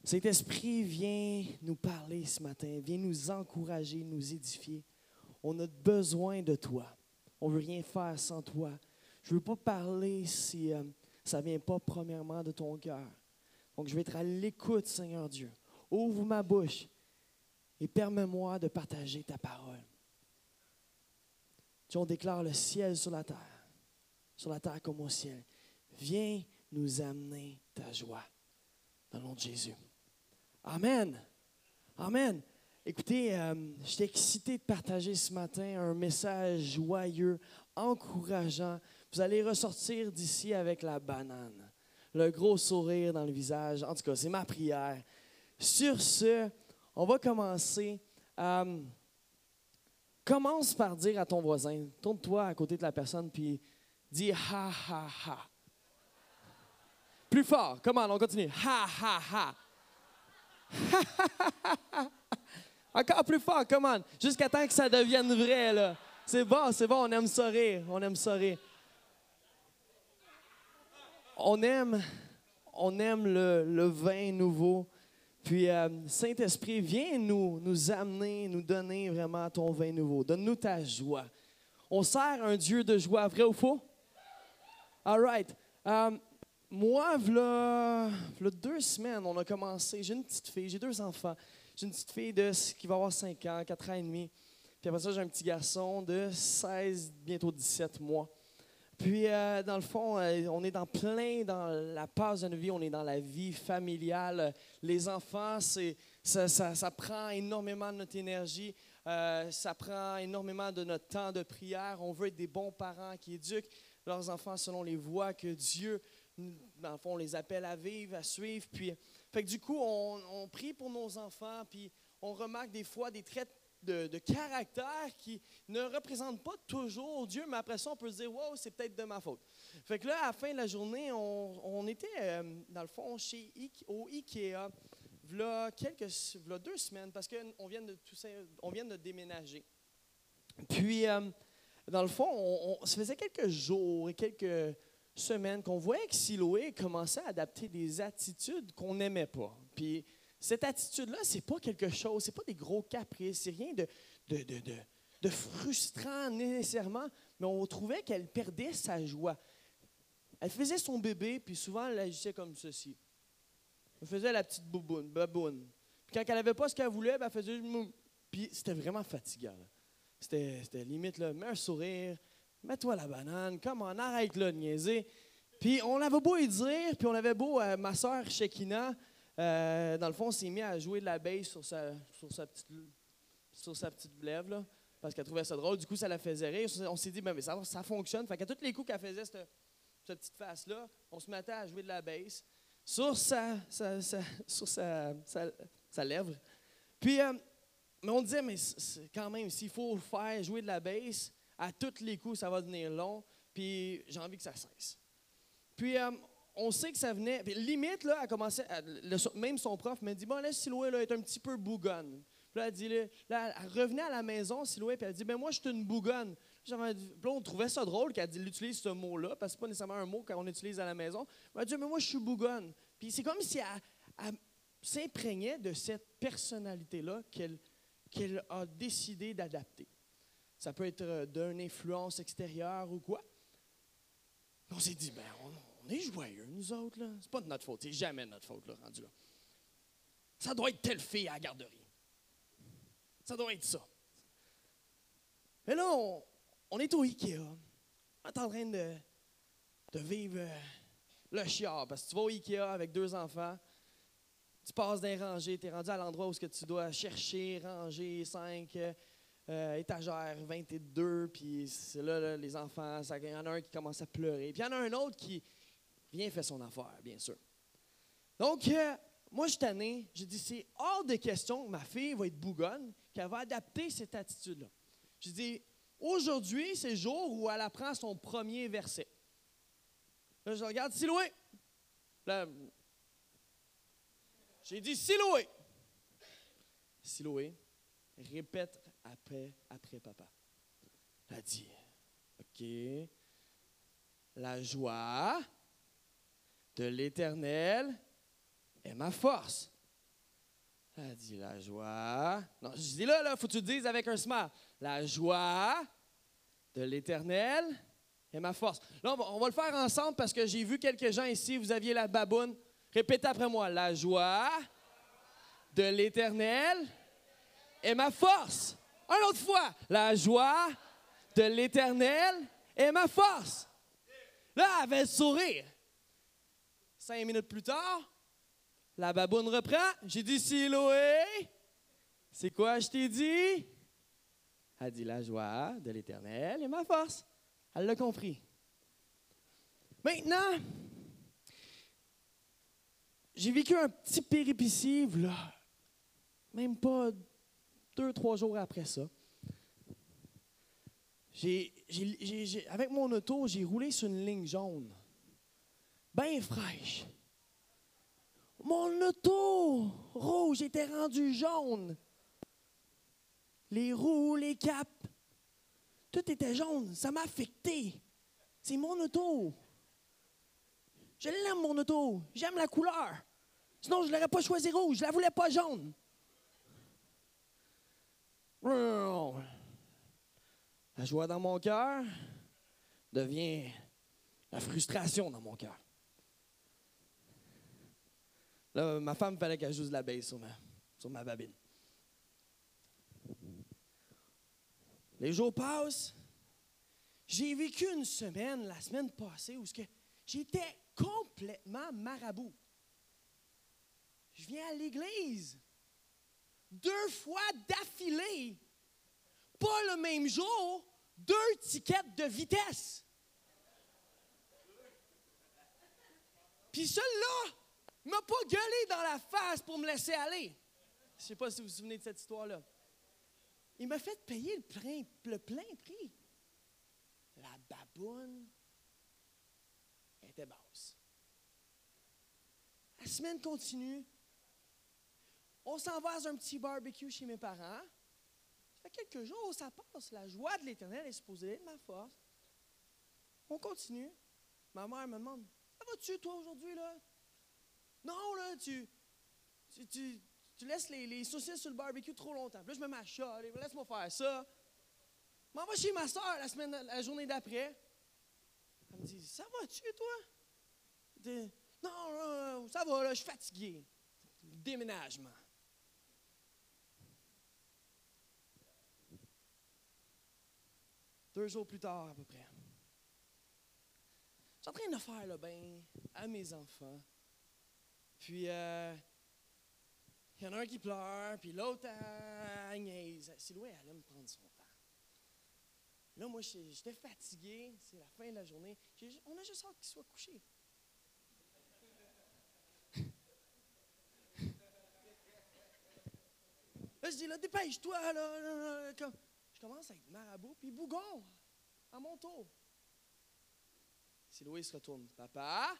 Saint-Esprit, viens nous parler ce matin, viens nous encourager, nous édifier. On a besoin de toi. On ne veut rien faire sans toi. Je ne veux pas parler si ça ne vient pas premièrement de ton cœur. Donc, je vais être à l'écoute, Seigneur Dieu. Ouvre ma bouche et permets-moi de partager ta parole. Dieu, on déclare le ciel sur la terre comme au ciel. Viens nous amener ta joie. Dans le nom de Jésus. Amen. Amen. Écoutez, j'étais excité de partager ce matin un message joyeux, encourageant. Vous allez ressortir d'ici avec la banane, le gros sourire dans le visage. En tout cas, c'est ma prière. Sur ce, on va commencer. Commence par dire à ton voisin, tourne-toi à côté de la personne, puis dis « ha, ha, ha ». Plus fort, comment on continue. Ha, ha, ha. Encore plus fort, comment? Jusqu'à temps que ça devienne vrai, là. C'est bon, on aime ça rire, On aime le vin nouveau. Puis, Saint-Esprit, viens nous amener, nous donner vraiment ton vin nouveau. Donne-nous ta joie. On sert un Dieu de joie, vrai ou faux? All right. Moi, v'là 2 semaines, on a commencé. J'ai une petite fille, j'ai 2 enfants. J'ai une petite fille qui va avoir 5 ans, 4 ans et demi. Puis après ça, j'ai un petit garçon de 16, bientôt 17 mois. Puis, dans le fond, on est dans la passe de notre vie, on est dans la vie familiale. Les enfants, ça prend énormément de notre énergie, ça prend énormément de notre temps de prière. On veut être des bons parents qui éduquent leurs enfants selon les voies que Dieu, dans le fond, on les appelle à vivre, à suivre. Puis, fait que du coup, on prie pour nos enfants, puis on remarque des fois des traits de caractère qui ne représentent pas toujours Dieu, mais après ça, on peut se dire « wow, c'est peut-être de ma faute ». Fait que là, à la fin de la journée, on était, dans le fond, au IKEA, v'là 2 semaines, parce qu'on vient de déménager. Puis, dans le fond, ça faisait quelques jours et quelques semaines qu'on voyait que Siloé commençait à adapter des attitudes qu'on n'aimait pas. Puis, cette attitude-là, c'est pas quelque chose, c'est pas des gros caprices, c'est rien de frustrant nécessairement, mais on trouvait qu'elle perdait sa joie. Elle faisait son bébé, puis souvent, elle agissait comme ceci. Elle faisait la petite baboune. Puis quand elle n'avait pas ce qu'elle voulait, elle faisait mou. Puis c'était vraiment fatigant. C'était limite, là, mets un sourire, mets-toi la banane, comment, arrête là de niaiser. Puis on avait beau y dire, puis on avait beau, ma soeur Shekina, dans le fond, s'est mis à jouer de la bass sur sa petite lèvre, là, parce qu'elle trouvait ça drôle. Du coup, ça la faisait rire. On s'est dit, mais ça fonctionne. Fait qu'à tous les coups qu'elle faisait, cette petite face-là, on se mettait à jouer de la bass sur sa lèvre. Puis, mais on disait, mais quand même, s'il faut faire jouer de la bass, à tous les coups, ça va devenir long, puis j'ai envie que ça cesse. Puis, on sait que ça venait. Puis limite, là, elle commençait, même son prof m'a dit, bon, là, Siloé là, est un petit peu bougonne. Puis là, elle revenait à la maison, Siloé, puis elle dit, ben moi, je suis une bougonne. Puis là, on trouvait ça drôle qu'elle utilise ce mot-là, parce que ce n'est pas nécessairement un mot qu'on utilise à la maison. Elle a dit, mais moi, je suis bougonne. Puis c'est comme si elle s'imprégnait de cette personnalité-là qu'elle a décidé d'adapter. Ça peut être d'une influence extérieure ou quoi. On s'est dit, ben, on est joyeux, nous autres, là. C'est pas de notre faute, c'est jamais de notre faute, là, rendu là. Ça doit être telle fille à la garderie. Ça doit être ça. Mais là, on est au IKEA. On est en train de vivre le chiard. Parce que tu vas au IKEA avec 2 enfants, tu passes des rangées, tu es rendu à l'endroit où tu dois chercher, ranger 5 étagères, 22, puis c'est là, les enfants, il y en a un qui commence à pleurer. Puis il y en a un autre qui, rien fait son affaire, bien sûr. Donc, moi, je suis tanné. J'ai dit, c'est hors de question que ma fille va être bougonne, qu'elle va adapter cette attitude-là. J'ai dit, aujourd'hui, c'est le jour où elle apprend son premier verset. Là, je regarde, Siloé. Là, j'ai dit, Siloé. Siloé, répète après papa. Elle a dit, OK, la joie de l'Éternel est ma force. Elle dit la joie. Non, je dis là, faut que tu le dises avec un smile. La joie de l'Éternel est ma force. Là, on va le faire ensemble parce que j'ai vu quelques gens ici, vous aviez la baboune. Répétez après moi. La joie de l'Éternel est ma force. Une autre fois. La joie de l'Éternel est ma force. Là, elle avait le sourire. 5 minutes plus tard, la baboune reprend. J'ai dit, Siloé, c'est quoi je t'ai dit? Elle dit, la joie de l'Éternel est ma force. Elle l'a compris. Maintenant, j'ai vécu un petit péripétie, là, même pas 2-3 jours après ça. Avec mon auto, j'ai roulé sur une ligne jaune. Bien fraîche. Mon auto rouge était rendu jaune. Les roues, les capes, tout était jaune. Ça m'a affecté. C'est mon auto. Je l'aime, mon auto. J'aime la couleur. Sinon, je ne l'aurais pas choisi rouge. Je ne la voulais pas jaune. La joie dans mon cœur devient la frustration dans mon cœur. Là, ma femme, il fallait qu'elle joue de la baisse sur ma babine. Les jours passent. J'ai vécu une semaine, la semaine passée, où j'étais complètement marabout. Je viens à l'église 2 fois d'affilée. Pas le même jour, 2 tickets de vitesse. Puis celui-là m'a pas gueulé dans la face pour me laisser aller. Je ne sais pas si vous vous souvenez de cette histoire-là. Il m'a fait payer le plein prix. La baboune était basse. La semaine continue. On s'en va à un petit barbecue chez mes parents. Ça fait quelques jours, ça passe. La joie de l'Éternel est supposée être ma force. On continue. Ma mère me demande, « Ça va-tu, toi, aujourd'hui, là? » Non, là, tu laisses les saucisses sur le barbecue trop longtemps. Puis là, je me mets à chialer. Laisse-moi faire ça. Je m'en vais chez ma soeur la journée d'après. Elle me dit, « Ça va-tu, toi? » Non, ça va, là, je suis fatigué. Déménagement. Deux jours plus tard, à peu près. Je suis en train de faire le bain à mes enfants. Puis, il y en a un qui pleure, puis l'autre, elle niaise. Siloué, elle aime prendre son temps. Là, moi, j'étais fatigué. C'est la fin de la journée. On a juste hâte qu'il soit couché. Là, je dis, là, dépêche-toi, là. Je commence à être marabout, puis bougon, à mon tour. Siloué se retourne. Papa,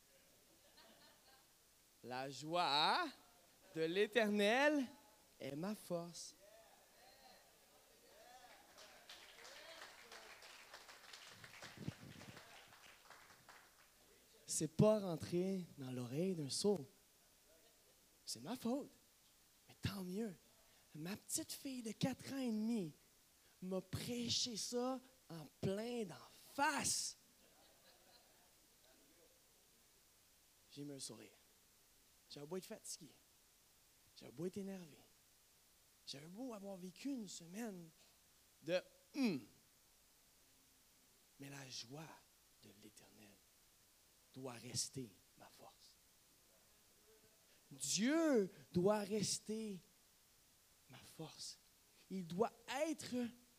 la joie de l'Éternel est ma force. C'est pas rentré dans l'oreille d'un sourd. C'est ma faute. Mais tant mieux. Ma petite fille de 4 ans et demi m'a prêché ça en plein d'en face. J'ai mis un sourire. J'avais beau être fatigué. J'avais beau être énervé. J'avais beau avoir vécu une semaine de Mais la joie de l'Éternel doit rester ma force. Dieu doit rester ma force. Il doit être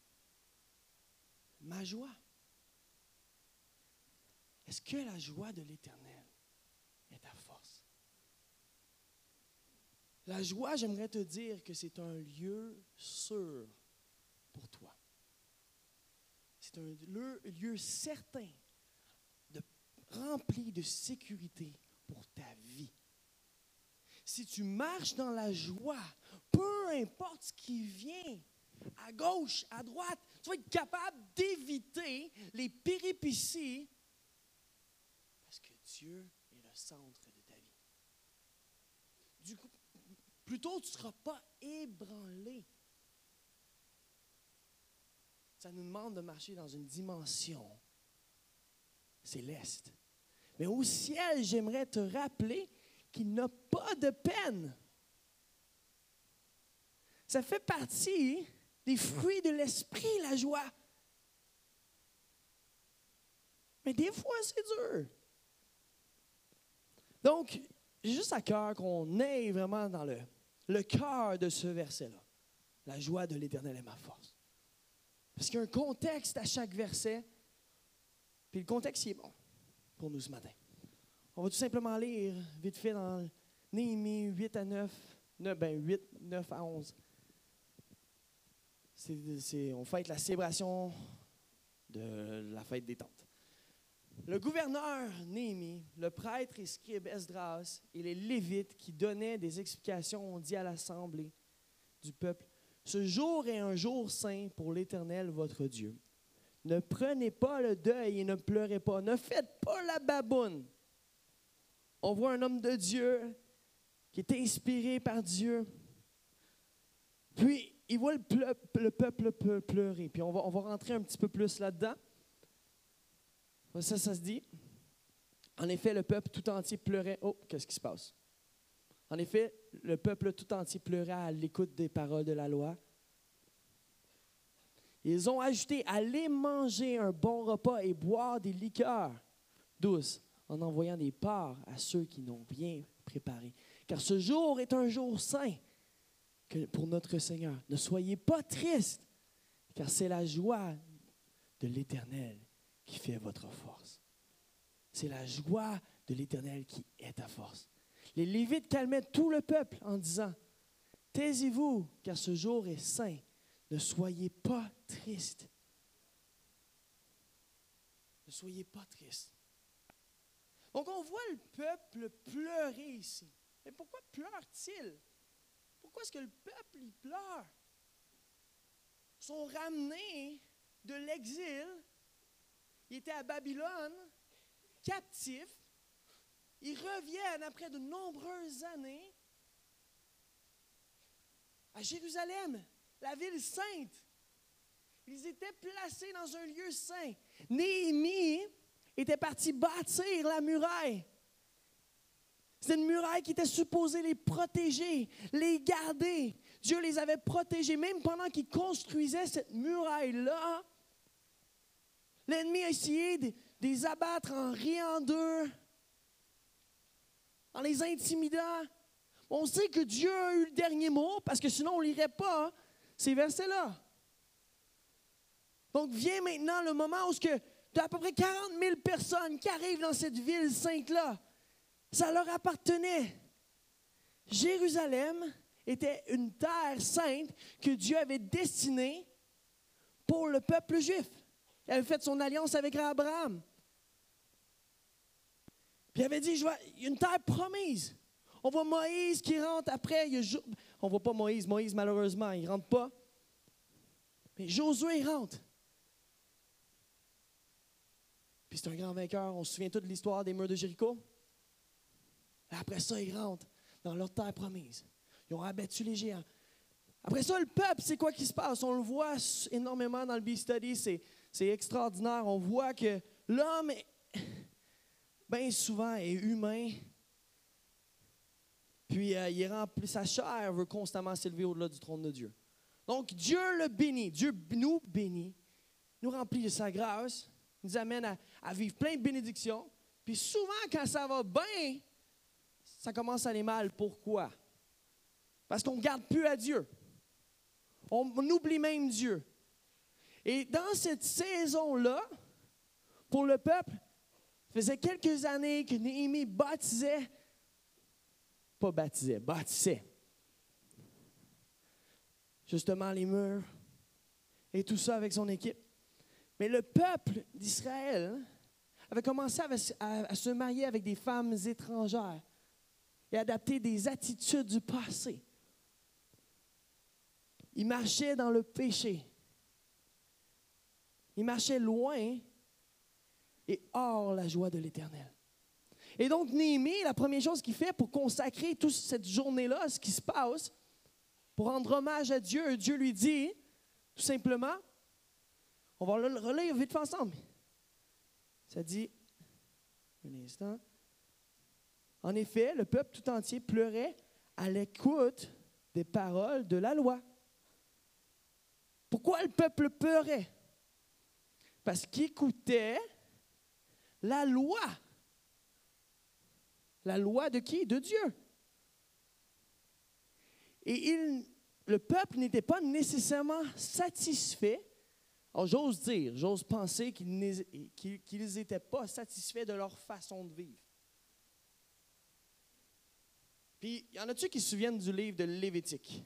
ma joie. Est-ce que la joie de l'Éternel est ta force? La joie, j'aimerais te dire que c'est un lieu sûr pour toi. C'est un lieu certain, rempli de sécurité pour ta vie. Si tu marches dans la joie, peu importe ce qui vient, à gauche, à droite, tu vas être capable d'éviter les péripéties parce que Dieu est le centre de ta vie. Du coup, Plutôt, tu ne seras pas ébranlé. Ça nous demande de marcher dans une dimension céleste. Mais au ciel, j'aimerais te rappeler qu'il n'a pas de peine. Ça fait partie des fruits de l'esprit, la joie. Mais des fois, c'est dur. Donc, j'ai juste à cœur qu'on aille vraiment dans le cœur de ce verset-là. La joie de l'Éternel est ma force. Parce qu'il y a un contexte à chaque verset. Puis le contexte, il est bon pour nous ce matin. On va tout simplement lire vite fait dans Néhémie 8 à 9, 8, 9 à 11. On fête la célébration de la fête des tentes. Le gouverneur Néhémie, le prêtre et scribe Esdras et les Lévites qui donnaient des explications ont dit à l'assemblée du peuple, « Ce jour est un jour saint pour l'Éternel votre Dieu. Ne prenez pas le deuil et ne pleurez pas. Ne faites pas la baboune. » On voit un homme de Dieu qui est inspiré par Dieu. Puis, il voit le peuple pleurer. Puis, on va rentrer un petit peu plus là-dedans. Ça se dit. En effet, le peuple tout entier pleurait. Oh, qu'est-ce qui se passe? En effet, le peuple tout entier pleurait à l'écoute des paroles de la loi. Ils ont ajouté, allez manger un bon repas et boire des liqueurs douces en envoyant des parts à ceux qui n'ont rien préparé. Car ce jour est un jour saint pour notre Seigneur. Ne soyez pas tristes, car c'est la joie de l'Éternel qui fait votre force. C'est la joie de l'Éternel qui est ta force. Les Lévites calmaient tout le peuple en disant, « Taisez-vous, car ce jour est saint. Ne soyez pas tristes. » Ne soyez pas tristes. Donc, on voit le peuple pleurer ici. Mais pourquoi pleure-t-il? Pourquoi est-ce que le peuple, il pleure? Ils sont ramenés de l'exil. Ils étaient à Babylone, captifs. Ils reviennent après de nombreuses années à Jérusalem, la ville sainte. Ils étaient placés dans un lieu saint. Néhémie était parti bâtir la muraille. C'est une muraille qui était supposée les protéger, les garder. Dieu les avait protégés. Même pendant qu'ils construisaient cette muraille-là, l'ennemi a essayé de les abattre en riant d'eux, en les intimidant. On sait que Dieu a eu le dernier mot, parce que sinon on ne lirait pas ces versets-là. Donc vient maintenant le moment où tu as à peu près 40 000 personnes qui arrivent dans cette ville sainte-là. Ça leur appartenait. Jérusalem était une terre sainte que Dieu avait destinée pour le peuple juif. Il avait fait son alliance avec Abraham. Puis il avait dit, il y a une terre promise. On voit Moïse qui rentre après. On ne voit pas Moïse. Moïse, malheureusement, il ne rentre pas. Mais Josué, il rentre. Puis c'est un grand vainqueur. On se souvient tous de l'histoire des murs de Jéricho. Après ça, ils rentrent dans leur terre promise. Ils ont abattu les géants. Après ça, le peuple, c'est quoi qui se passe? On le voit énormément dans le B-Study. C'est extraordinaire. On voit que l'homme, bien souvent, est humain. Puis, il est rempli, sa chair veut constamment s'élever au-delà du trône de Dieu. Donc, Dieu le bénit. Dieu nous bénit, nous remplit de sa grâce, nous amène à vivre plein de bénédictions. Puis souvent, quand ça va bien, ça commence à aller mal. Pourquoi? Parce qu'on ne garde plus à Dieu. On oublie même Dieu. Et dans cette saison-là, pour le peuple, ça faisait quelques années que Néhémie bâtissait justement les murs et tout ça avec son équipe. Mais le peuple d'Israël avait commencé à se marier avec des femmes étrangères et adapter des attitudes du passé. Ils marchaient dans le péché. Ils marchaient loin et hors la joie de l'Éternel. Et donc, Néhémie, la première chose qu'il fait pour consacrer toute cette journée-là, ce qui se passe, pour rendre hommage à Dieu, Dieu lui dit, tout simplement, on va le relire vite fait ensemble. Ça dit, un instant, en effet, le peuple tout entier pleurait à l'écoute des paroles de la loi. Pourquoi le peuple pleurait? Parce qu'il écoutait la loi. La loi de qui? De Dieu. Et le peuple n'était pas nécessairement satisfait. Alors, j'ose penser qu'ils n'étaient pas satisfaits de leur façon de vivre. Puis, y en a-tu qui se souviennent du livre de Lévitique?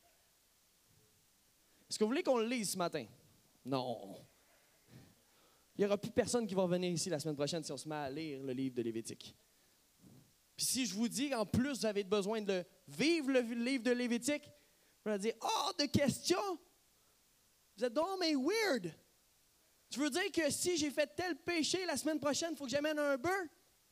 Est-ce que vous voulez qu'on le lise ce matin? Non. Il n'y aura plus personne qui va venir ici la semaine prochaine si on se met à lire le livre de Lévitique. Puis si je vous dis qu'en plus, vous avez besoin de vivre le livre de Lévitique, vous allez dire, hors de question! Vous êtes donc mais weird! Tu veux dire que si j'ai fait tel péché la semaine prochaine, il faut que j'amène un beurre?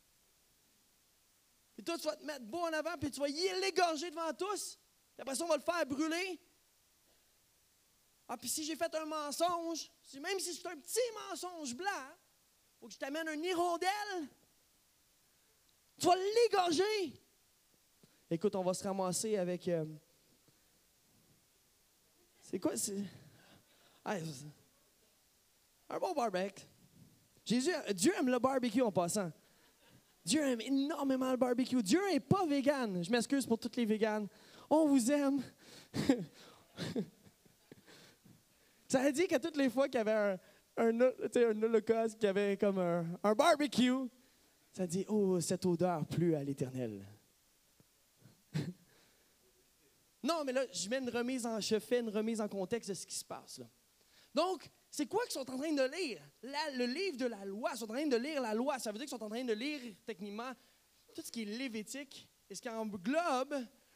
Puis toi, tu vas te mettre beau en avant, puis tu vas y l'égorger devant tous. Puis après ça, on va le faire brûler. Ah, puis si j'ai fait un mensonge, même si c'est un petit mensonge blanc, il faut que je t'amène un hirondelle. Tu vas l'égorger. Écoute, on va se ramasser avec... c'est quoi? Un bon barbecue. Dieu aime le barbecue en passant. Dieu aime énormément le barbecue. Dieu n'est pas vegan. Je m'excuse pour tous les véganes. On vous aime. Ça a dit qu'à toutes les fois qu'il y avait un holocauste, qu'il y avait comme un barbecue, ça dit, oh, cette odeur plut à l'Éternel. Non, mais là, je fais une remise en contexte de ce qui se passe là. Donc, c'est quoi qu'ils sont en train de lire? Le livre de la loi. Ils sont en train de lire la loi. Ça veut dire qu'ils sont en train de lire, techniquement, tout ce qui est lévitique et ce qui englobe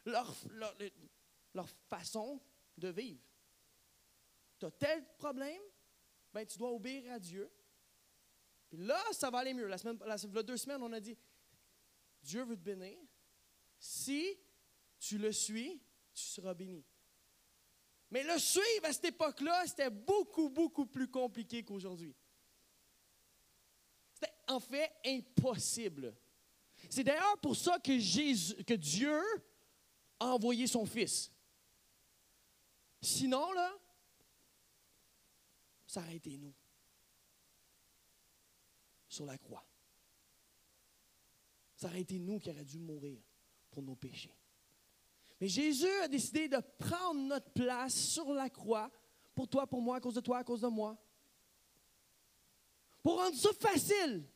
leur façon de vivre. Tu as tel problème, ben, tu dois obéir à Dieu. Puis là, ça va aller mieux. Il y a 2 semaines, on a dit, Dieu veut te bénir. Si tu le suis, tu seras béni. Mais le suivre à cette époque-là, c'était beaucoup, beaucoup plus compliqué qu'aujourd'hui. C'était en fait impossible. C'est d'ailleurs pour ça que Dieu a envoyé son Fils. Sinon, là, ça aurait été nous. Sur la croix. Ça aurait été nous qui aurions dû mourir pour nos péchés. Mais Jésus a décidé de prendre notre place sur la croix pour toi, pour moi, à cause de toi, à cause de moi. Pour rendre ça facile.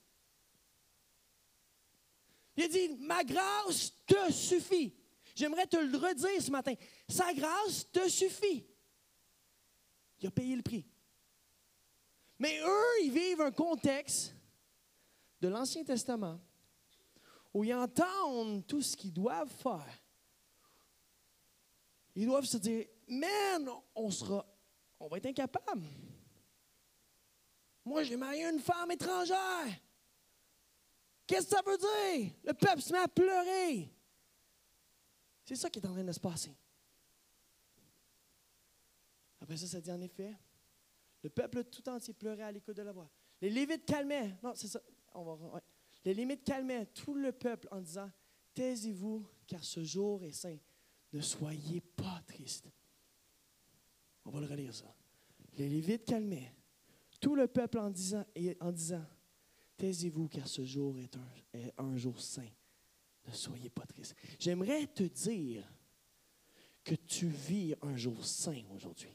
Il a dit, ma grâce te suffit. J'aimerais te le redire ce matin. Sa grâce te suffit. Il a payé le prix. Mais eux, ils vivent un contexte de l'Ancien Testament où ils entendent tout ce qu'ils doivent faire. Ils doivent se dire, man, on va être incapable. Moi, j'ai marié une femme étrangère. Qu'est-ce que ça veut dire? Le peuple se met à pleurer. C'est ça qui est en train de se passer. Après ça, ça dit en effet, le peuple tout entier pleurait à l'écoute de la voix. Les Lévites calmaient. Non, c'est ça. Ouais. Les Lévites calmaient tout le peuple en disant, taisez-vous, car ce jour est saint. Ne soyez pas tristes. On va le relire ça. Les Lévites calmaient tout le peuple en disant, taisez-vous, car ce jour est un jour saint. Ne soyez pas tristes. J'aimerais te dire que tu vis un jour saint aujourd'hui.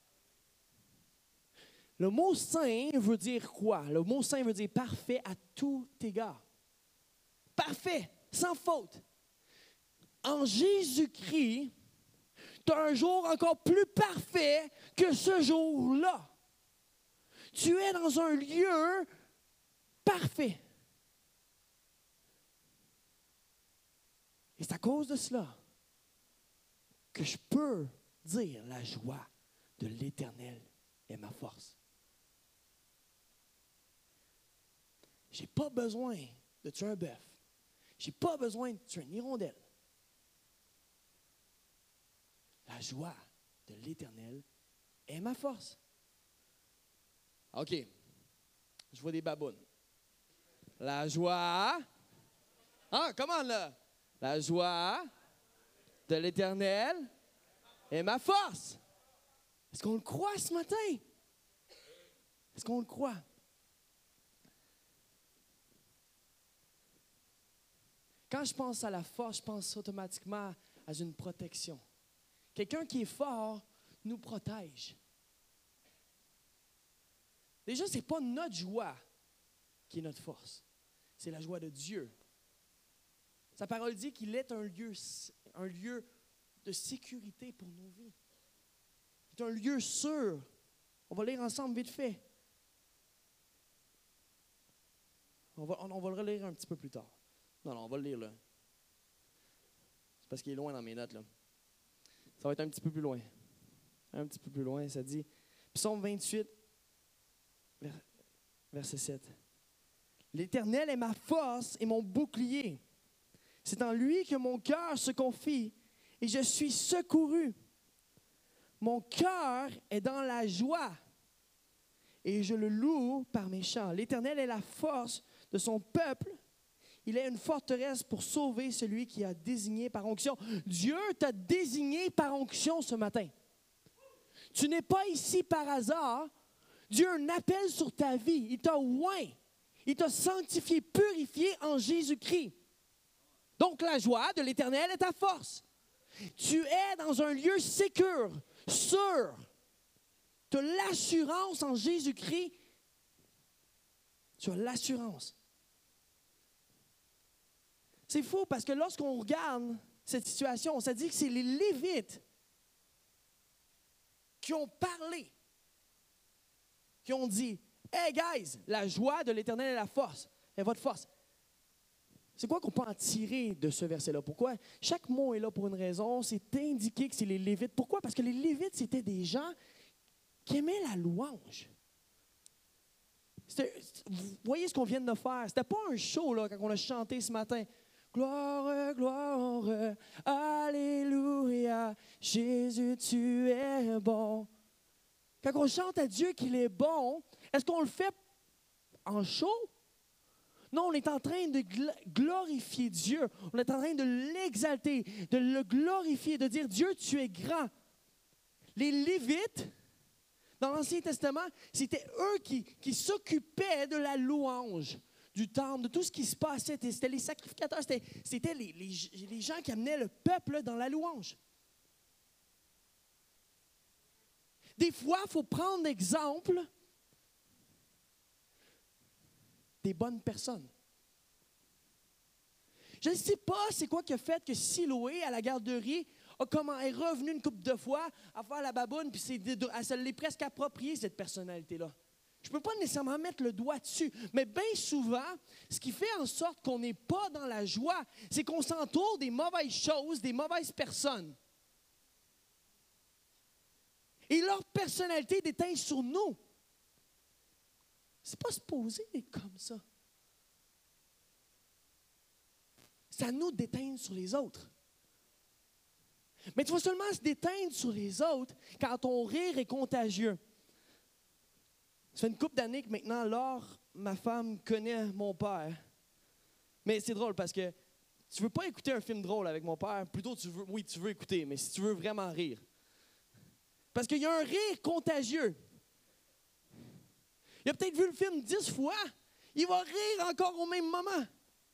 Le mot saint veut dire quoi? Le mot saint veut dire parfait à tout égard. Parfait, sans faute. En Jésus-Christ, tu as un jour encore plus parfait que ce jour-là. Tu es dans un lieu parfait. Et c'est à cause de cela que je peux dire la joie de l'Éternel est ma force. Je n'ai pas besoin de tuer un bœuf Je n'ai pas besoin de tuer une hirondelle. La joie de l'Éternel est ma force. OK. Je vois des babounes. La joie. Ah, comment là? La joie de l'Éternel est ma force. Est-ce qu'on le croit ce matin? Est-ce qu'on le croit? Quand je pense à la force, je pense automatiquement à une protection. Quelqu'un qui est fort nous protège. Déjà, ce n'est pas notre joie qui est notre force. C'est la joie de Dieu. Sa parole dit qu'il est un lieu de sécurité pour nos vies. C'est un lieu sûr. On va lire ensemble vite fait. On va le relire un petit peu plus tard. Non, on va le lire là. C'est parce qu'il est loin dans mes notes là. Ça va être un petit peu plus loin. Un petit peu plus loin, ça dit, Psaume 28, verset 7. L'Éternel est ma force et mon bouclier. C'est en lui que mon cœur se confie et je suis secouru. Mon cœur est dans la joie et je le loue par mes chants. L'Éternel est la force de son peuple. Il est une forteresse pour sauver celui qui a désigné par onction. Dieu t'a désigné par onction ce matin. Tu n'es pas ici par hasard. Dieu a un appel sur ta vie. Il t'a oint. Il t'a sanctifié, purifié en Jésus-Christ. Donc la joie de l'Éternel est ta force. Tu es dans un lieu sécure, sûr. Tu as l'assurance en Jésus-Christ. Tu as l'assurance. C'est faux parce que lorsqu'on regarde cette situation, on s'est dit que c'est les Lévites qui ont parlé, qui ont dit « Hey guys, la joie de l'Éternel est la force, est votre force. » C'est quoi qu'on peut en tirer de ce verset-là? Pourquoi? Chaque mot est là pour une raison. C'est indiqué que c'est les Lévites. Pourquoi? Parce que les Lévites, c'était des gens qui aimaient la louange. Vous voyez ce qu'on vient de faire? C'était pas un show là, quand on a chanté ce matin. Gloire, gloire, alléluia, Jésus, tu es bon. Quand on chante à Dieu qu'il est bon, est-ce qu'on le fait en show? Non, on est en train de glorifier Dieu. On est en train de l'exalter, de le glorifier, de dire Dieu, tu es grand. Les Lévites, dans l'Ancien Testament, c'était eux qui s'occupaient de la louange du temple, de tout ce qui se passait. C'était les sacrificateurs, c'était les gens qui amenaient le peuple dans la louange. Des fois, il faut prendre l'exemple des bonnes personnes. Je ne sais pas c'est quoi qui a fait que Siloé, à la garderie, est revenu une couple de fois à faire la baboune, puis elle se l'est presque appropriée, cette personnalité-là. Je ne peux pas nécessairement mettre le doigt dessus, mais bien souvent, ce qui fait en sorte qu'on n'est pas dans la joie, c'est qu'on s'entoure des mauvaises choses, des mauvaises personnes. Et leur personnalité déteint sur nous. C'est pas supposé être comme ça. Ça nous déteint sur les autres. Mais tu vas seulement se déteindre sur les autres quand ton rire est contagieux. Ça fait une couple d'années que maintenant, Laure, ma femme, connaît mon père. Mais c'est drôle parce que tu ne veux pas écouter un film drôle avec mon père. Plutôt, tu veux écouter, mais si tu veux vraiment rire. Parce qu'il y a un rire contagieux. Il a peut-être vu le film 10 fois. Il va rire encore au même moment.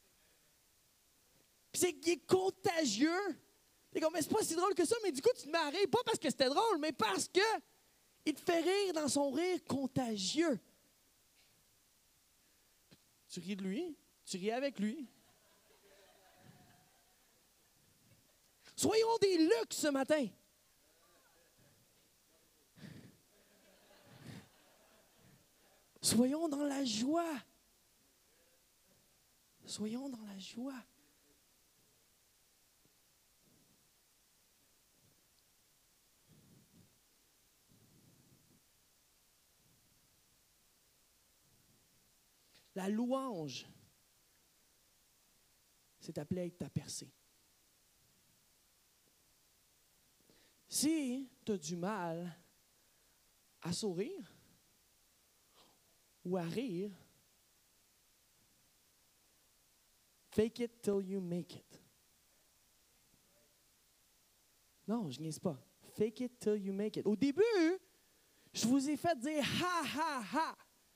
Puis c'est qu'il est contagieux. C'est comme, mais c'est pas si drôle que ça, mais du coup, tu te mets à rire, pas parce que c'était drôle, mais parce que il te fait rire dans son rire contagieux. Tu ris de lui, tu ris avec lui. Soyons des luxe ce matin. Soyons dans la joie. Soyons dans la joie. La louange c'est appelé à être ta percée. Si tu as du mal à sourire ou à rire, fake it till you make it. Non, je niaise pas. Fake it till you make it. Au début, je vous ai fait dire ha ha ha.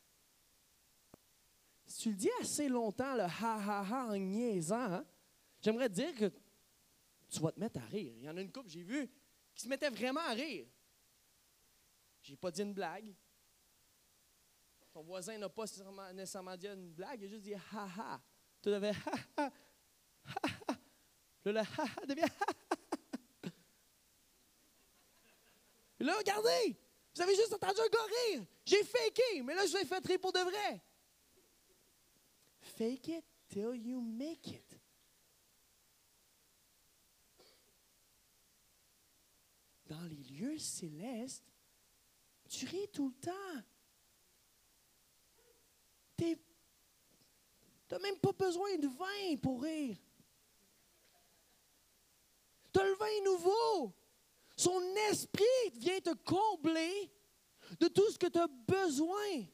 Si tu le dis assez longtemps, le ha ha ha en niaisant, hein, j'aimerais te dire que tu vas te mettre à rire. Il y en a une couple, j'ai vu, qui se mettait vraiment à rire. J'ai pas dit une blague. Ton voisin n'a pas nécessairement dit une blague, il a juste dit ha ha. Tu devais ha ha ha ha. Puis là, le ha ha devient ha ha. Puis là, regardez, vous avez juste entendu un gars rire. J'ai faké, mais là, je vais faire rire pour de vrai. Fake it till you make it. Dans les lieux célestes, tu ris tout le temps. Tu n'as même pas besoin de vin pour rire. Tu as le vin nouveau. Son esprit vient te combler de tout ce que tu as besoin.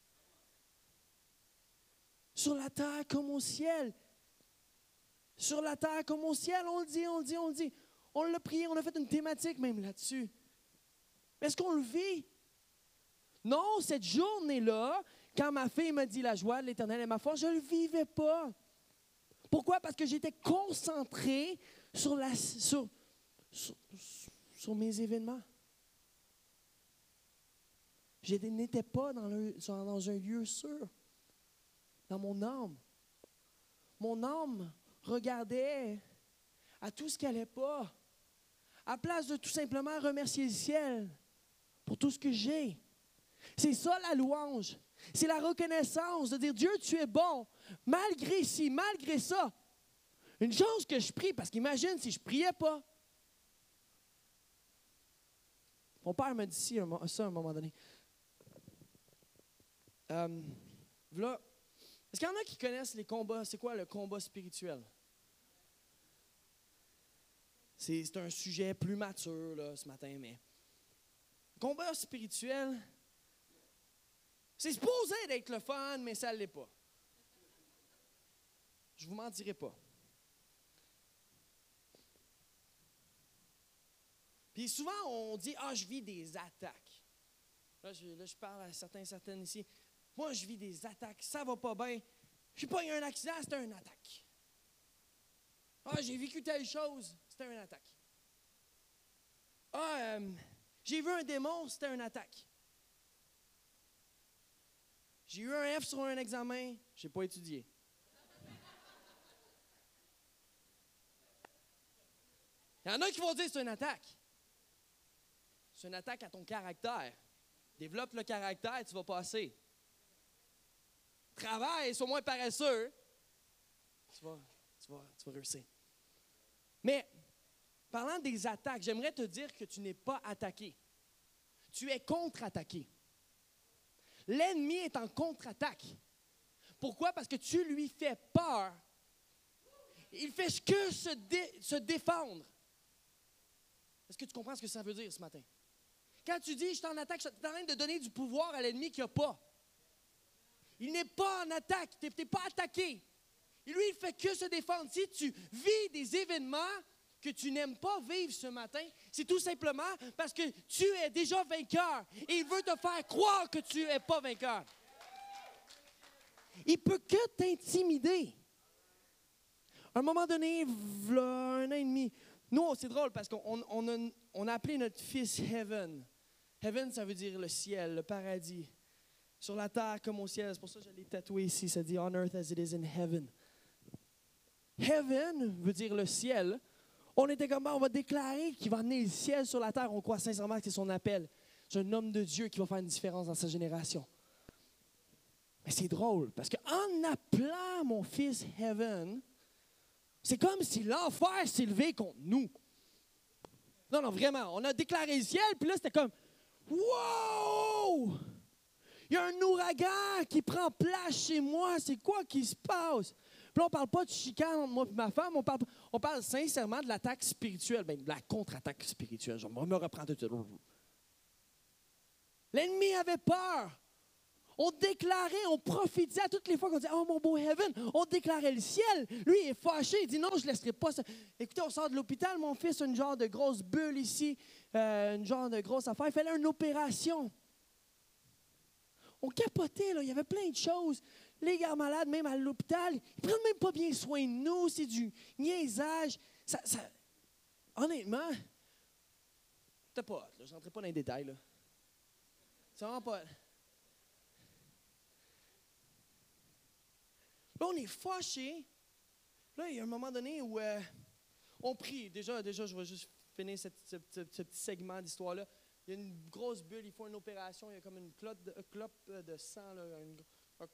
Sur la terre comme au ciel. Sur la terre comme au ciel, on le dit, on le dit, on le dit. On l'a prié, on a fait une thématique même là-dessus. Mais est-ce qu'on le vit? Non, cette journée-là, quand ma fille m'a dit la joie de l'Éternel est ma force, je ne le vivais pas. Pourquoi? Parce que j'étais concentré sur mes événements. Je n'étais pas dans un lieu sûr. Dans mon âme. Mon âme regardait à tout ce qui n'allait pas. À place de tout simplement remercier le ciel pour tout ce que j'ai. C'est ça la louange. C'est la reconnaissance de dire, Dieu, tu es bon, malgré ci, malgré ça. Une chose que je prie, parce qu'imagine si je ne priais pas. Mon père m'a dit ça à un moment donné. Voilà. Est-ce qu'il y en a qui connaissent les combats? C'est quoi le combat spirituel? C'est un sujet plus mature là, ce matin, mais le combat spirituel, c'est supposé d'être le fun, mais ça ne l'est pas. Je ne vous mentirai pas. Puis souvent, on dit « Ah, je vis des attaques. » Là, je parle à certaines ici. Moi, je vis des attaques. Ça ne va pas bien. Je n'ai pas eu un accident, c'était une attaque. Ah, j'ai vécu telle chose, c'était une attaque. Ah, j'ai vu un démon, c'était une attaque. J'ai eu un F sur un examen, je n'ai pas étudié. Il y en a qui vont dire que c'est une attaque. C'est une attaque à ton caractère. Développe le caractère, tu vas passer. Travaille, sois moins paresseux. Tu vas réussir. Mais, parlant des attaques, j'aimerais te dire que tu n'es pas attaqué. Tu es contre-attaqué. L'ennemi est en contre-attaque. Pourquoi? Parce que tu lui fais peur. Il fait que se défendre. Est-ce que tu comprends ce que ça veut dire ce matin? Quand tu dis « je t'en attaque », tu es en train de donner du pouvoir à l'ennemi qu'il n'a pas. Il n'est pas en attaque, tu n'es pas attaqué. Et lui, il ne fait que se défendre. Si tu vis des événements que tu n'aimes pas vivre ce matin, c'est tout simplement parce que tu es déjà vainqueur. Et il veut te faire croire que tu n'es pas vainqueur. Il ne peut que t'intimider. À un moment donné, voilà 1 an et demi, nous, c'est drôle parce qu'on a appelé notre fils Heaven. Heaven, ça veut dire le ciel, le paradis. Sur la terre comme au ciel. C'est pour ça que je l'ai tatoué ici. Ça dit « On earth as it is in heaven ». Heaven veut dire le ciel. On était comme, on va déclarer qu'il va amener le ciel sur la terre. On croit sincèrement que c'est son appel. C'est un homme de Dieu qui va faire une différence dans sa génération. Mais c'est drôle, parce qu'en appelant mon fils Heaven, c'est comme si l'enfer s'est levé contre nous. Non, vraiment. On a déclaré le ciel, puis là, c'était comme, wow! Il y a un ouragan qui prend place chez moi. C'est quoi qui se passe? Puis là, on ne parle pas de chicane entre moi et ma femme. On parle sincèrement de l'attaque spirituelle. Bien, de la contre-attaque spirituelle. Je me reprends tout de suite. L'ennemi avait peur. On déclarait, on prophétisait à toutes les fois qu'on disait « Oh, mon beau Heaven », on déclarait le ciel. Lui, il est fâché, il dit « Non, je ne laisserai pas ça. » Écoutez, on sort de l'hôpital, mon fils a une genre de grosse bulle ici, une genre de grosse affaire. Il fallait une opération. On capotait, là. Il y avait plein de choses. Les gars malades, même à l'hôpital, ils ne prennent même pas bien soin de nous. C'est du niaisage. Honnêtement, c'était pas hot, là. Je ne rentrais pas dans les détails. Là. C'est vraiment pas hot. Là, on est fâchés. Là, il y a un moment donné où on prie. Déjà, je vais juste finir ce petit segment d'histoire-là. Il y a une grosse bulle, il faut une opération, il y a comme une clope de sang, là, un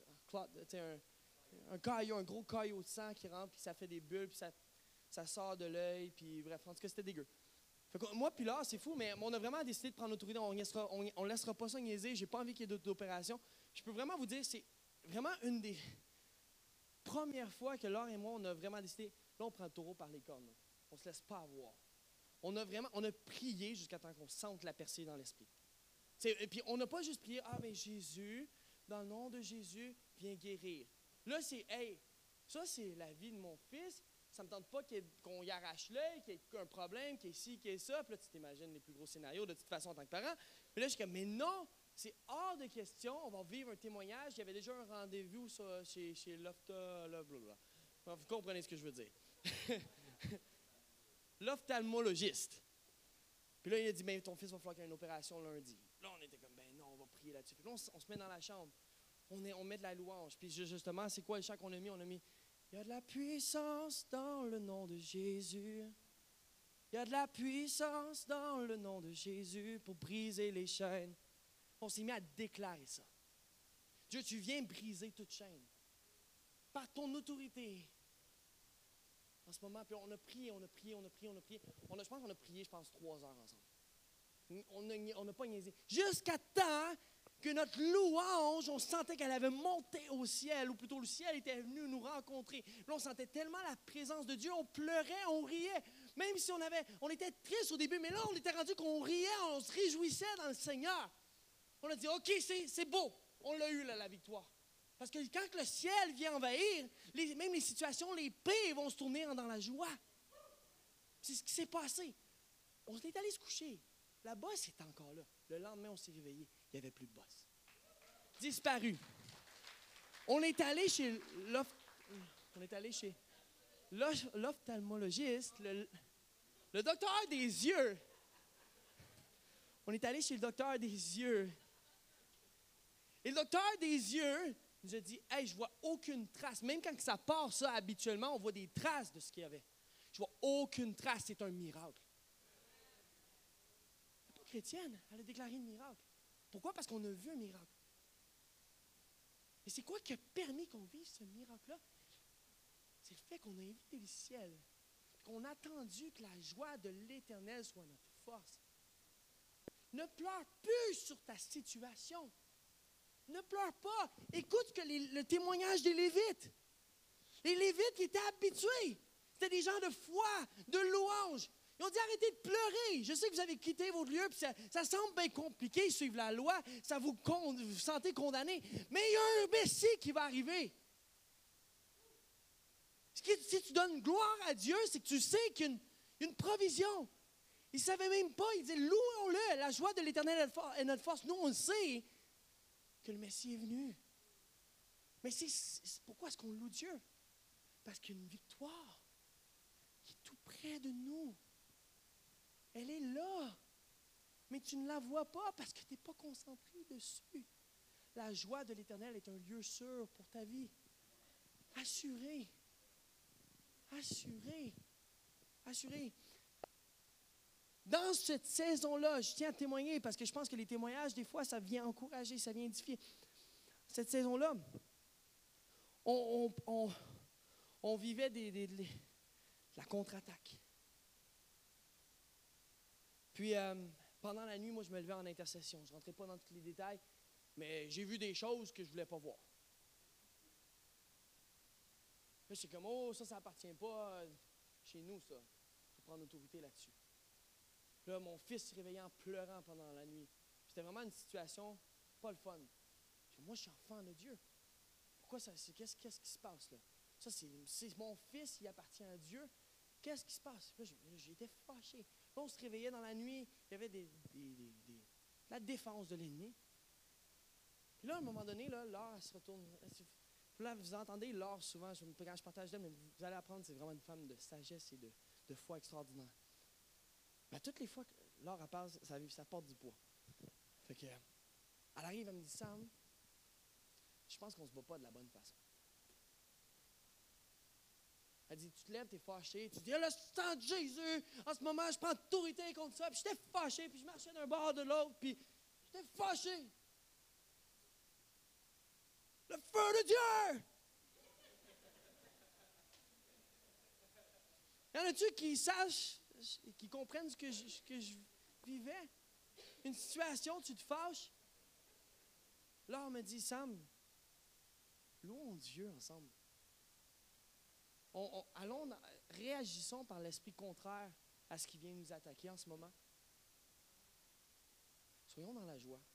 caillot, un gros caillot de sang qui rentre, puis ça fait des bulles, puis ça sort de l'œil, puis bref, en tout cas, c'était dégueu. Fait que moi, puis là, c'est fou, mais on a vraiment décidé de prendre l'autorité, on ne laissera pas ça niaiser, j'ai pas envie qu'il y ait d'autres opérations. Je peux vraiment vous dire, c'est vraiment une des premières fois que Laure et moi, on a vraiment décidé, là, on prend le taureau par les cornes, là. On ne se laisse pas avoir. On a prié jusqu'à temps qu'on sente la percée dans l'esprit. Et puis, on n'a pas juste prié, ah, mais Jésus, dans le nom de Jésus, viens guérir. Là, ça, c'est la vie de mon fils. Ça ne me tente pas qu'on y arrache l'œil, qu'il y ait un problème, qu'il y ait ci, qu'il y ait ça. Puis là, tu t'imagines les plus gros scénarios de toute façon en tant que parent. Mais là, je suis comme, mais non, c'est hors de question. On va vivre un témoignage. Il y avait déjà un rendez-vous chez l'opta, blablabla. Vous comprenez ce que je veux dire. L'ophtalmologiste. Puis là, il a dit, ben, ton fils va falloir qu'il y ait une opération lundi. Là, on était comme, ben non, on va prier là-dessus. Puis là, on se met dans la chambre. On met de la louange. Puis justement, c'est quoi le chant qu'on a mis? On a mis, il y a de la puissance dans le nom de Jésus. Il y a de la puissance dans le nom de Jésus pour briser les chaînes. On s'est mis à déclarer ça. Dieu, tu viens briser toute chaîne. Par ton autorité. En ce moment, puis on a prié. Je pense qu'on a prié, 3 heures ensemble. On n'a pas niaisé. Jusqu'à temps que notre louange, on sentait qu'elle avait monté au ciel, ou plutôt le ciel était venu nous rencontrer. Là, on sentait tellement la présence de Dieu, on pleurait, on riait. Même si on était triste au début, mais là, on était rendu qu'on riait, on se réjouissait dans le Seigneur. On a dit, OK, c'est beau. On l'a eu, là, la victoire. Parce que quand le ciel vient envahir, même les situations, les pires vont se tourner dans la joie. C'est ce qui s'est passé. On est allé se coucher. La bosse est encore là. Le lendemain, on s'est réveillé. Il n'y avait plus de bosse. Disparu. On est allé chez l'ophtalmologiste, le docteur des yeux. On est allé chez le docteur des yeux. Et le docteur des yeux nous a dit, hey, je vois aucune trace. Même quand ça part, ça, habituellement, on voit des traces de ce qu'il y avait. Je vois aucune trace. C'est un miracle. Elle n'est pas chrétienne. Elle a déclaré un miracle. Pourquoi? Parce qu'on a vu un miracle. Et c'est quoi qui a permis qu'on vive ce miracle-là? C'est le fait qu'on a invité le ciel. Qu'on a attendu que la joie de l'Éternel soit notre force. Ne pleure plus sur ta situation. Ne pleure pas. Écoute le témoignage des Lévites. Les Lévites étaient habitués. C'était des gens de foi, de louange. Ils ont dit arrêtez de pleurer. Je sais que vous avez quitté votre lieu, puis ça semble bien compliqué, suivre la loi. Ça vous sentez condamné. Mais il y a un Messie qui va arriver. Si tu donnes gloire à Dieu, c'est que tu sais qu'il y a une provision. Ils ne savaient même pas. Ils disaient louons-le. La joie de l'Éternel est notre force. Nous, on le sait que le Messie est venu. Mais pourquoi est-ce qu'on loue Dieu? Parce qu'il y a une victoire qui est tout près de nous. Elle est là. Mais tu ne la vois pas parce que tu n'es pas concentré dessus. La joie de l'Éternel est un lieu sûr pour ta vie. Assuré. Assuré. Assuré. Dans cette saison-là, je tiens à témoigner parce que je pense que les témoignages, des fois, ça vient encourager, ça vient édifier. Cette saison-là, on vivait la contre-attaque. Puis, pendant la nuit, moi, je me levais en intercession. Je ne rentrais pas dans tous les détails. Mais j'ai vu des choses que je ne voulais pas voir. Là, c'est comme, oh, ça n'appartient pas chez nous, ça. Il faut prendre autorité là-dessus. Là, mon fils se réveillait en pleurant pendant la nuit. C'était vraiment une situation pas le fun. Moi, je suis enfant de Dieu. Pourquoi ça? Qu'est-ce qui se passe là? Ça, c'est mon fils, il appartient à Dieu. Qu'est-ce qui se passe? Là, j'étais fâché. Là, on se réveillait dans la nuit, il y avait la défense de l'ennemi. Puis là, à un moment donné, là, Laure, elle se retourne. Là, vous entendez Laure souvent, quand je partage d'elle, mais vous allez apprendre, c'est vraiment une femme de sagesse et de foi extraordinaire. Ben, toutes les fois que Laure elle parle, ça porte du poids. Fait que, elle arrive, elle me dit, Sam, je pense qu'on ne se bat pas de la bonne façon. Elle dit, tu te lèves, tu es fâché, tu dis, le sang de Jésus, en ce moment, je prends autorité contre ça, puis j'étais fâché, puis je marchais d'un bord de l'autre, puis j'étais fâché. Le feu de Dieu! Y en a-tu qui sachent, qui comprennent ce que je vivais? Une situation, tu te fâches. Là, on me dit, Sam, louons Dieu ensemble. Réagissons par l'esprit contraire à ce qui vient nous attaquer en ce moment. Soyons dans la joie.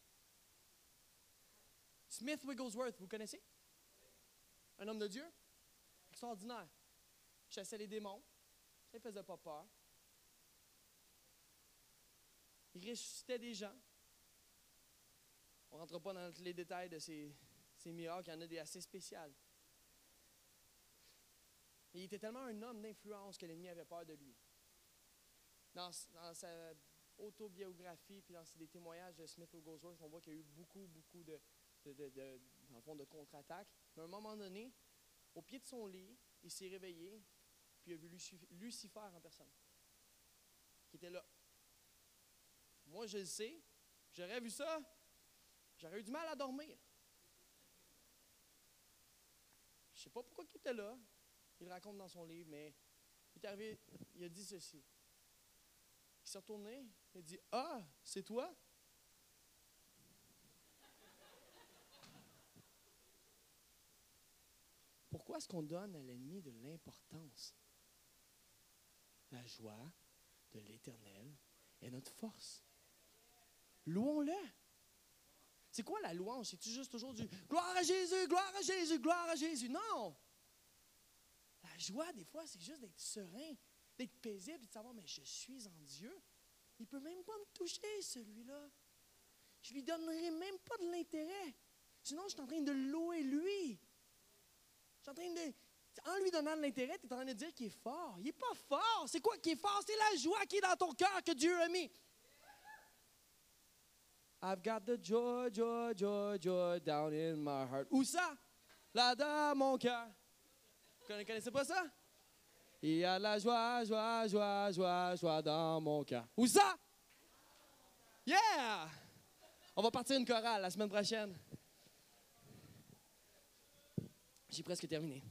Smith Wigglesworth, vous connaissez? Un homme de Dieu? Extraordinaire. Il chassait les démons. Ça ne faisait pas peur. Il ressuscitait des gens. On ne rentre pas dans tous les détails de ces miracles. Il y en a des assez spéciales. Il était tellement un homme d'influence que l'ennemi avait peur de lui. Dans sa autobiographie, puis dans des témoignages de Smith Wigglesworth, on voit qu'il y a eu beaucoup de contre-attaques. Mais à un moment donné, au pied de son lit, il s'est réveillé, puis il a vu Lucifer en personne, qui était là. Moi, je le sais, j'aurais vu ça, j'aurais eu du mal à dormir. Je ne sais pas pourquoi il était là. Il le raconte dans son livre, mais il est arrivé, il a dit ceci. Il s'est retourné, il a dit, « Ah, c'est toi? » Pourquoi est-ce qu'on donne à l'ennemi de l'importance? La joie de l'Éternel est notre force. Louons-le. C'est quoi la louange? C'est-tu juste toujours du « Gloire à Jésus, gloire à Jésus, gloire à Jésus ». Non! La joie, des fois, c'est juste d'être serein, d'être paisible, de savoir, mais je suis en Dieu. Il ne peut même pas me toucher, celui-là. Je ne lui donnerai même pas de l'intérêt. Sinon, je suis en train de louer lui. Je suis en train de... En lui donnant de l'intérêt, tu es en train de dire qu'il est fort. Il n'est pas fort. C'est quoi qui est fort? C'est la joie qui est dans ton cœur que Dieu a mis. I've got the joy, joy, joy, joy down in my heart. Où ça? Là dans mon cœur. Vous ne connaissez pas ça? Il y a la joie, joie, joie, joie, joie dans mon cœur. Où ça? Yeah! On va partir une chorale la semaine prochaine. J'ai presque terminé.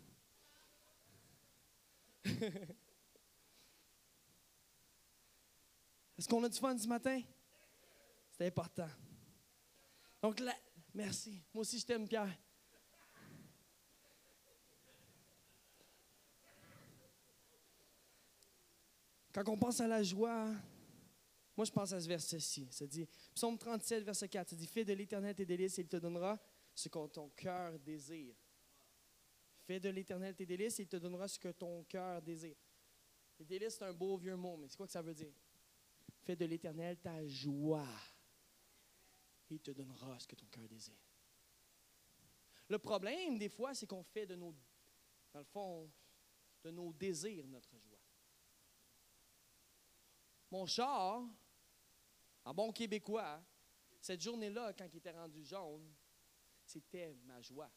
Est-ce qu'on a du fun ce matin? C'est important. Donc, là, merci. Moi aussi, je t'aime, Pierre. Quand on pense à la joie, moi, je pense à ce verset-ci. Ça dit, Psaume 37, verset 4, ça dit, « Fais de l'Éternel tes délices et il te donnera ce que ton cœur désire. » Fais de l'Éternel tes délices et il te donnera ce que ton cœur désire. Les délices, c'est un beau vieux mot, mais c'est quoi que ça veut dire? Fais de l'Éternel ta joie et il te donnera ce que ton cœur désire. Le problème, des fois, c'est qu'on fait dans le fond, de nos désirs notre joie. Mon char, en bon québécois, cette journée-là, quand il était rendu jaune, c'était ma joie.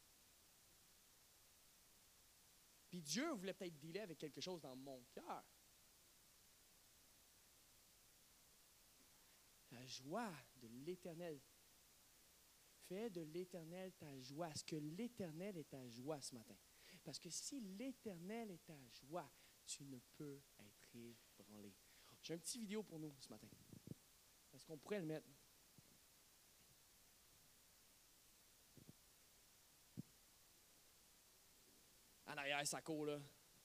Puis Dieu voulait peut-être dealer avec quelque chose dans mon cœur. La joie de l'Éternel. Fais de l'Éternel ta joie. Est-ce que l'Éternel est ta joie ce matin? Parce que si l'Éternel est ta joie, tu ne peux être ébranlé. J'ai un petit vidéo pour nous ce matin. Est-ce qu'on pourrait le mettre? arrière, ça court, là.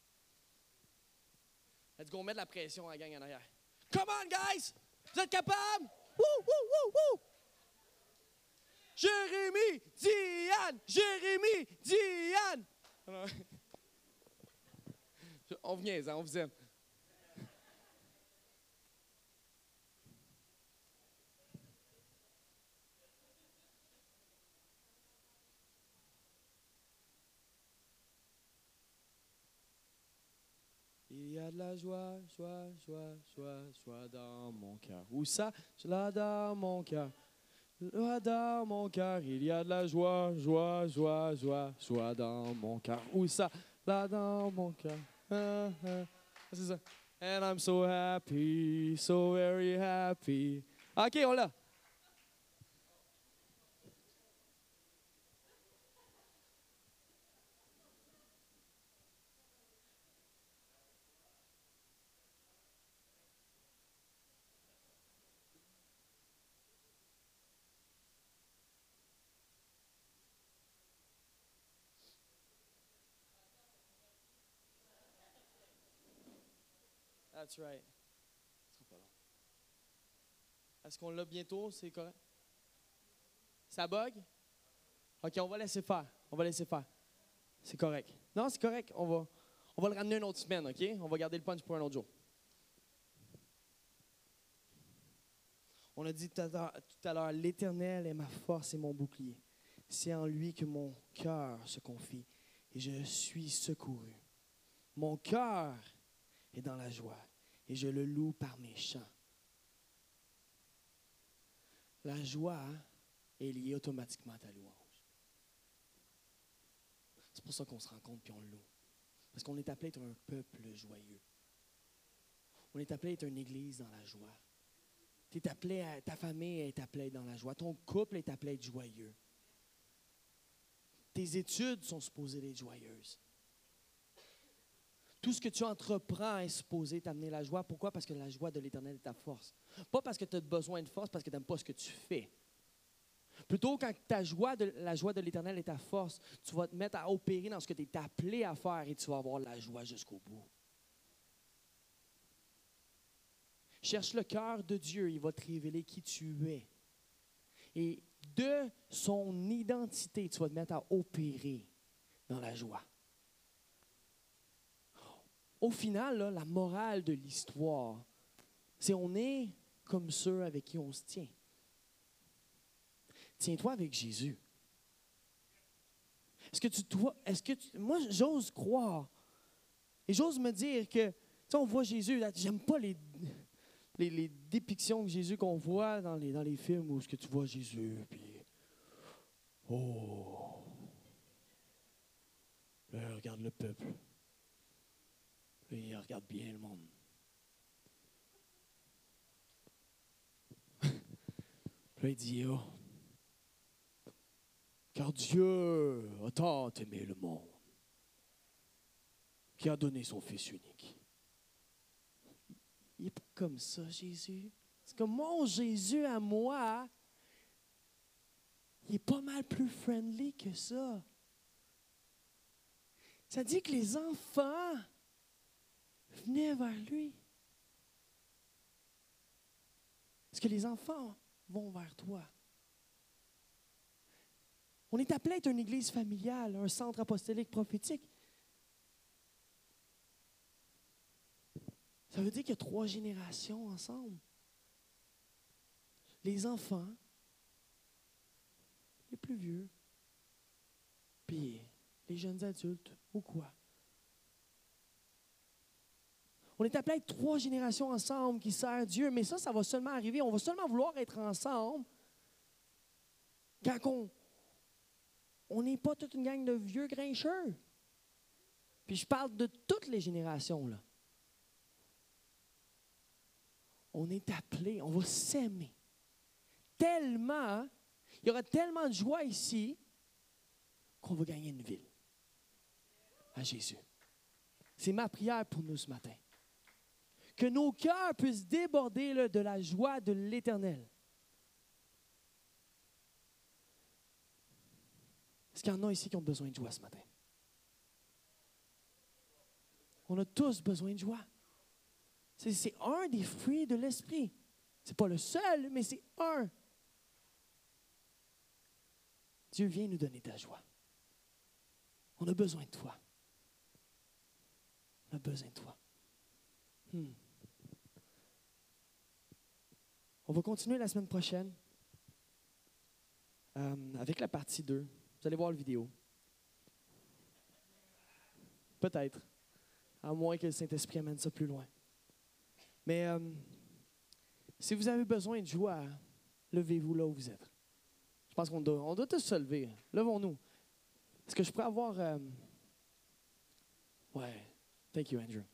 Let's go, on met de la pression à la gang en arrière. Come on, guys! Vous êtes capables? Woo, woo, woo, woo! Jérémy, Diane! Jérémy, Diane! On vient, hein, on vous aime. Il y a de la joie, joie, joie, joie, joie dans mon cœur. Où ça? Là dans mon cœur. Là dans mon cœur. Il y a de la joie, joie, joie, joie, joie dans mon cœur. Où ça? Là dans mon cœur. C'est ça. And I'm so happy, so very happy. OK, on l'a. That's right. Ce sera pas long. Est-ce qu'on l'a bientôt? C'est correct? Ça bug? OK, on va laisser faire. On va laisser faire. C'est correct. Non, c'est correct. On va le ramener une autre semaine, OK? On va garder le punch pour un autre jour. On a dit tout à l'heure, l'Éternel est ma force et mon bouclier. C'est en lui que mon cœur se confie et je suis secouru. Mon cœur est dans la joie et je le loue par mes chants. La joie est liée automatiquement à ta louange. C'est pour ça qu'on se rencontre puis on le loue. Parce qu'on est appelé à être un peuple joyeux. On est appelé à être une église dans la joie. Ta famille est appelée dans la joie. Ton couple est appelé à être joyeux. Tes études sont supposées être joyeuses. Tout ce que tu entreprends est supposé t'amener la joie. Pourquoi? Parce que la joie de l'Éternel est ta force. Pas parce que tu as besoin de force, parce que tu n'aimes pas ce que tu fais. Plutôt, quand la joie de l'Éternel est ta force, tu vas te mettre à opérer dans ce que tu es appelé à faire et tu vas avoir la joie jusqu'au bout. Cherche le cœur de Dieu, il va te révéler qui tu es. Et de son identité, tu vas te mettre à opérer dans la joie. Au final, là, la morale de l'histoire, c'est on est comme ceux avec qui on se tient. Tiens-toi avec Jésus. Moi, j'ose croire et j'ose me dire que, tu sais, on voit Jésus, là, j'aime pas les dépictions de Jésus qu'on voit dans les films où tu vois Jésus, puis oh, là, regarde le peuple. Là, il regarde bien le monde. Puis là, il dit, oh, car Dieu a tant aimé le monde qu'il a donné son Fils unique. Il n'est pas comme ça, Jésus. C'est comme mon Jésus à moi, il est pas mal plus friendly que ça. Ça dit que les enfants venaient vers lui. Est-ce que les enfants vont vers toi? On est appelé à être une église familiale, un centre apostolique prophétique. Ça veut dire qu'il y a 3 générations ensemble. Les enfants, les plus vieux, puis les jeunes adultes, ou quoi? On est appelé à être 3 générations ensemble qui servent Dieu, mais ça va seulement arriver. On va seulement vouloir être ensemble quand on n'est pas toute une gang de vieux grincheux. Puis je parle de toutes les générations, là. On est appelé, on va s'aimer. Tellement, il y aura tellement de joie ici qu'on va gagner une ville. À Jésus. C'est ma prière pour nous ce matin. Que nos cœurs puissent déborder là, de la joie de l'Éternel. Est-ce qu'il y en a ici qui ont besoin de joie ce matin? On a tous besoin de joie. C'est un des fruits de l'esprit. Ce n'est pas le seul, mais c'est un. Dieu vient nous donner ta joie. On a besoin de toi. On a besoin de toi. On va continuer la semaine prochaine avec la partie 2. Vous allez voir la vidéo. Peut-être. À moins que le Saint-Esprit amène ça plus loin. Mais si vous avez besoin de joie, levez-vous là où vous êtes. Je pense qu'on doit tous se lever. Levons-nous. Est-ce que je pourrais avoir... Ouais. Thank you, Andrew.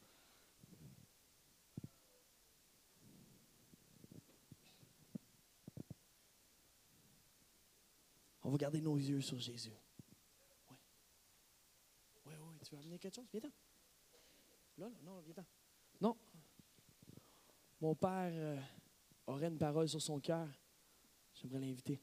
On va garder nos yeux sur Jésus. Oui. Oui, oui. Tu veux amener quelque chose? Viens-t'en. Là, non, viens-t'en. Non. Mon père aurait une parole sur son cœur. J'aimerais l'inviter.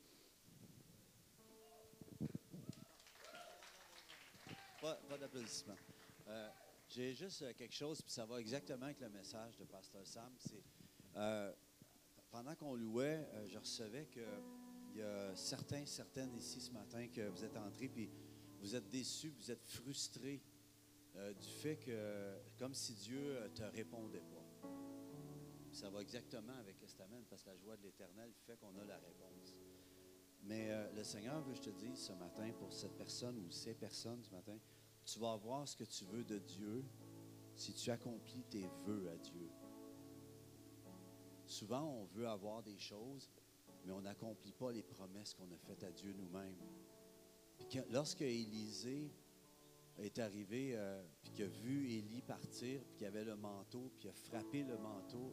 Pas d'applaudissements. J'ai juste quelque chose, puis ça va exactement avec le message de Pasteur Sam. C'est pendant qu'on louait, je recevais qu'il y a certaines ici ce matin que vous êtes entrés, puis vous êtes déçus, vous êtes frustrés du fait que, comme si Dieu ne te répondait pas. Ça va exactement avec ce que ça amène, parce que la joie de l'Éternel fait qu'on a la réponse. Mais le Seigneur veut que je te dise ce matin, pour cette personne ou ces personnes ce matin, tu vas avoir ce que tu veux de Dieu si tu accomplis tes vœux à Dieu. Souvent, on veut avoir des choses, mais on n'accomplit pas les promesses qu'on a faites à Dieu nous-mêmes. Puis lorsque Élisée est arrivé, puis qu'il a vu Élie partir, puis qu'il avait le manteau, puis il a frappé le manteau,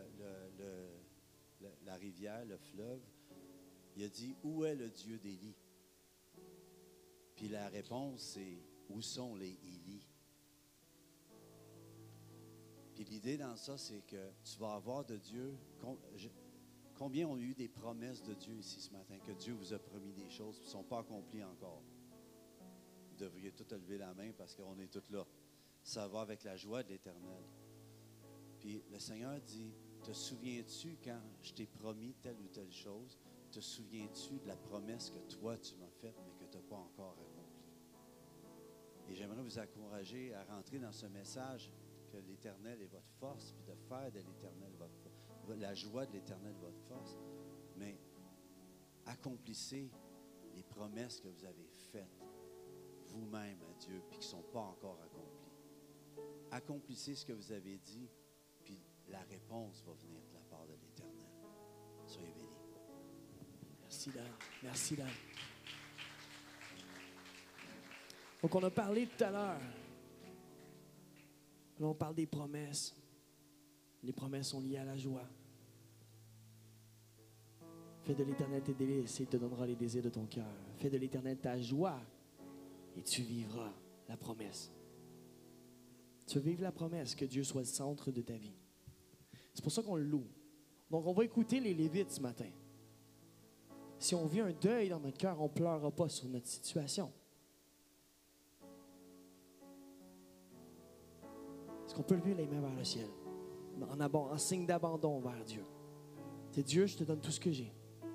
la rivière, le fleuve, il a dit, où est le Dieu d'Élie? Puis la réponse, c'est, où sont les Élie? Puis l'idée dans ça, c'est que tu vas avoir de Dieu. Combien ont eu des promesses de Dieu ici ce matin, que Dieu vous a promis des choses qui ne sont pas accomplies encore? Vous devriez tous lever la main parce qu'on est tous là. Ça va avec la joie de l'Éternel. Puis le Seigneur dit, te souviens-tu quand je t'ai promis telle ou telle chose? Te souviens-tu de la promesse que toi tu m'as faite, mais que tu n'as pas encore accomplie? Et j'aimerais vous encourager à rentrer dans ce message que l'Éternel est votre force, puis de faire de l'Éternel votre force, la joie de l'Éternel votre force. Mais accomplissez les promesses que vous avez faites vous-même à Dieu, puis qui ne sont pas encore accomplies. Accomplissez ce que vous avez dit, puis la réponse va venir de la part de l'Éternel. Soyez bénis. Merci, Dan. Merci, Dan. Donc, on a parlé tout à l'heure. Là, on parle des promesses. Les promesses sont liées à la joie. Fais de l'Éternel tes délices et il te donnera les désirs de ton cœur. Fais de l'Éternel ta joie et tu vivras la promesse. Tu veux vivre la promesse que Dieu soit le centre de ta vie. C'est pour ça qu'on le loue. Donc, on va écouter les Lévites ce matin. Si on vit un deuil dans notre cœur, on ne pleurera pas sur notre situation. Est-ce qu'on peut lever les mains vers le ciel? En signe d'abandon vers Dieu. C'est Dieu, je te donne tout ce que j'ai.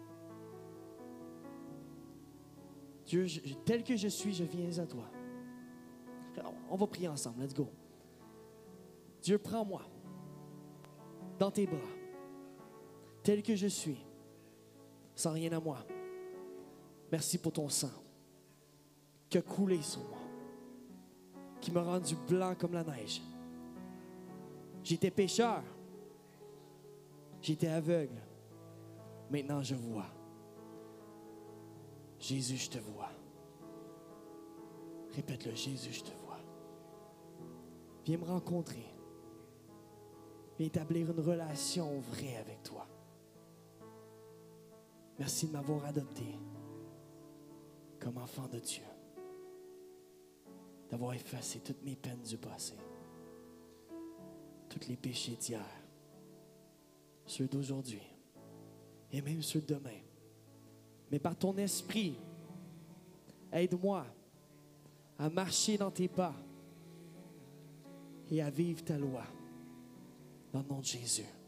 Dieu, tel que je suis, je viens à toi. Alors, on va prier ensemble, let's go. Dieu, prends-moi dans tes bras, tel que je suis, sans rien à moi. Merci pour ton sang qui a coulé sur moi, qui m'a rendu blanc comme la neige. J'étais pécheur, j'étais aveugle. Maintenant, je vois. Jésus, je te vois. Répète-le, Jésus, je te vois. Viens me rencontrer. Viens établir une relation vraie avec toi. Merci de m'avoir adopté comme enfant de Dieu. D'avoir effacé toutes mes peines du passé. Tous les péchés d'hier. Ceux d'aujourd'hui. Et même ceux de demain. Mais par ton esprit, aide-moi à marcher dans tes pas et à vivre ta loi. Dans le nom de Jésus.